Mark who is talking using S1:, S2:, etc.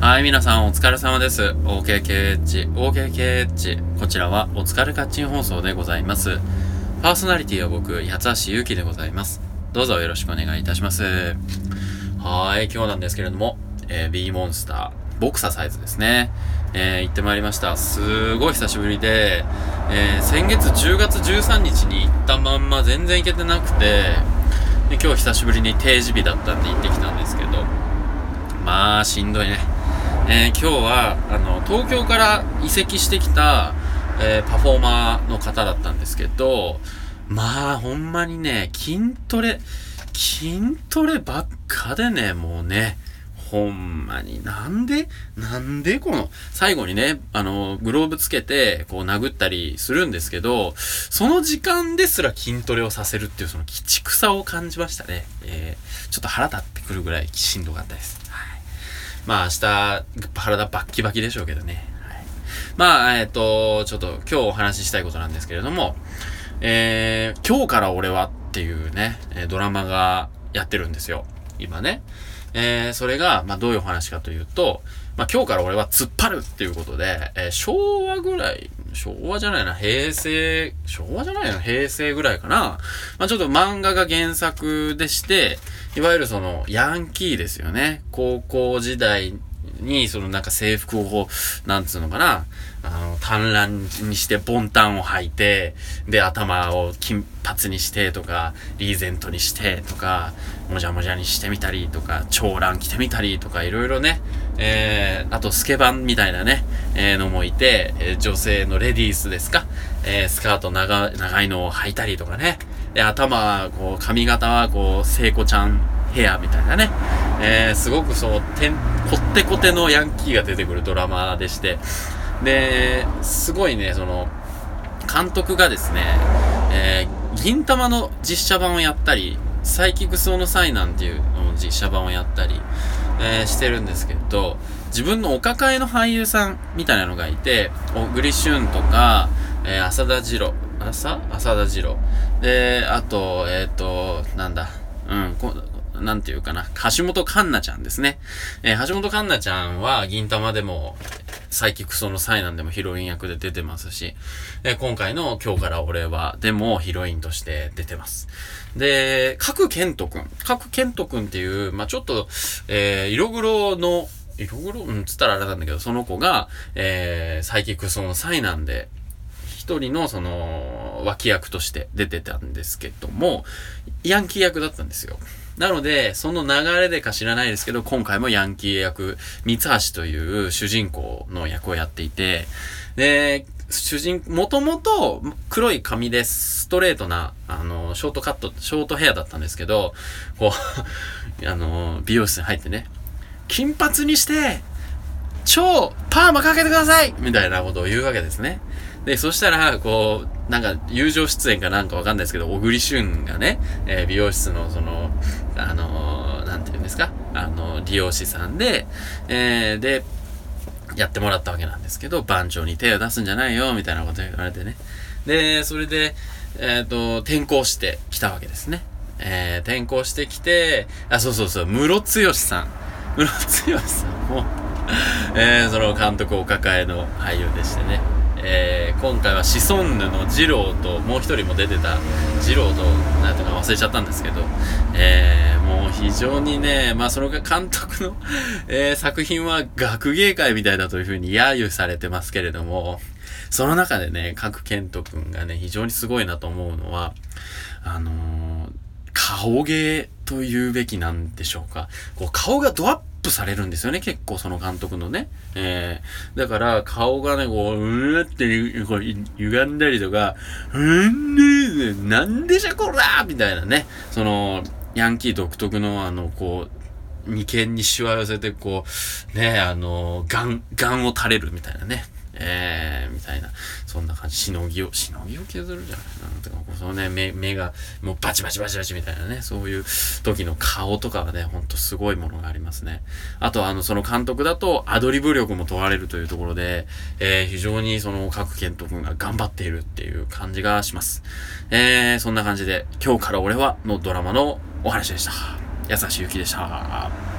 S1: はい、皆さんお疲れ様です。OKKH。こちらはお疲れカッチン放送でございます。パーソナリティは僕、八橋ゆうきでございます。どうぞよろしくお願いいたします。はい、今日なんですけれども、B モンスター、ボクササイズですね。行ってまいりました。すごい久しぶりで、先月10月13日に行ったまんま全然行けてなくて、で今日久しぶりに定時日だったんで行ってきたんですけど、まあしんどいね。今日は東京から移籍してきた、パフォーマーの方だったんですけど、まあほんまにね、筋トレばっかでね、もうね、ほんまになんでこの最後にね、グローブつけてこう殴ったりするんですけど、その時間ですら筋トレをさせるっていうその鬼畜さを感じましたね。ちょっと腹立ってくるぐらいしんどかったです。まあ明日体バッキバキでしょうけどね。はい、まあちょっと今日お話ししたいことなんですけれども、今日から俺はっていうね、ドラマがやってるんですよ。今ね。それがまあどういうお話かというと、まあ今日から俺は突っ張るっていうことで、昭和ぐじゃないな、平成ぐらいかな。まあちょっと漫画が原作でして、いわゆるそのヤンキーですよね。高校時代にそのなんか制服をなんつうのかな、短乱にしてボンタンを履いて、で頭を金髪にしてとか、リーゼントにしてとか、もじゃもじゃにしてみたりとか、長蘭着てみたりとか、いろいろね、あとスケバンみたいなね、のもいて、女性のレディースですか、スカート長いのを履いたりとかね。で、頭は、こう、髪型は、こう、聖子ちゃんヘアみたいなね。すごくこってこてのヤンキーが出てくるドラマでして。で、すごいね、監督がですね、銀玉の実写版をやったり、サイキクソのサイナンっていうの実写版をやったり、してるんですけど、自分のお抱えの俳優さんみたいなのがいて、小栗旬とか、浅田次郎。で、あと、なんていうかな、橋本環奈ちゃんですね。橋本環奈ちゃんは銀玉でも、サイキクソのサイナンでもヒロイン役で出てますし、今回の今日から俺はでもヒロインとして出てます。で、賀来賢人くんっていう、まあ、ちょっと、色黒つったらあれなんだけど、その子が、サイキクソのサイナンで、一人の脇役として出てたんですけども、ヤンキー役だったんですよ。なので、その流れでか知らないですけど、今回もヤンキー役、三橋という主人公の役をやっていて、で、もともと黒い髪でストレートな、ショートヘアだったんですけど、こう、美容室に入ってね、金髪にして、超パーマかけてくださいみたいなことを言うわけですね。で、そしたら、こう、なんか、友情出演かなんかわかんないですけど、小栗旬がね、美容室のなんていうんですか、理容師さんで、で、やってもらったわけなんですけど、番長に手を出すんじゃないよ、みたいなこと言われてね。で、それで、転校してきたわけですね。転校してきて、ムロツヨシさんも、その監督お抱えの俳優でしてね。今回はシソンヌのジローと、もう一人も出てたジローと、なんとか忘れちゃったんですけど、もう非常にね、まあその監督の、作品は学芸会みたいだというふうに揶揄されてますけれども、その中でね、賀来賢人くんがね、非常にすごいなと思うのは、顔芸と言うべきなんでしょうか。こう顔がドアップされるんですよね、結構その監督のね。だから顔がね、こう、ってこう歪んだりとか、なんでしょこらみたいなね。ヤンキー独特のこう、眉間にシワ寄せて、こう、ね、眼を垂れるみたいなね。みたいな、そんな感じ、しのぎを削るじゃないなんていうか、そのね、目が、もうバチバチみたいなね、そういう時の顔とかはね、ほんとすごいものがありますね。あとその監督だと、アドリブ力も問われるというところで、非常に賀来賢人君が頑張っているっていう感じがします。そんな感じで、今日から俺はのドラマのお話でした。優しいゆきでした。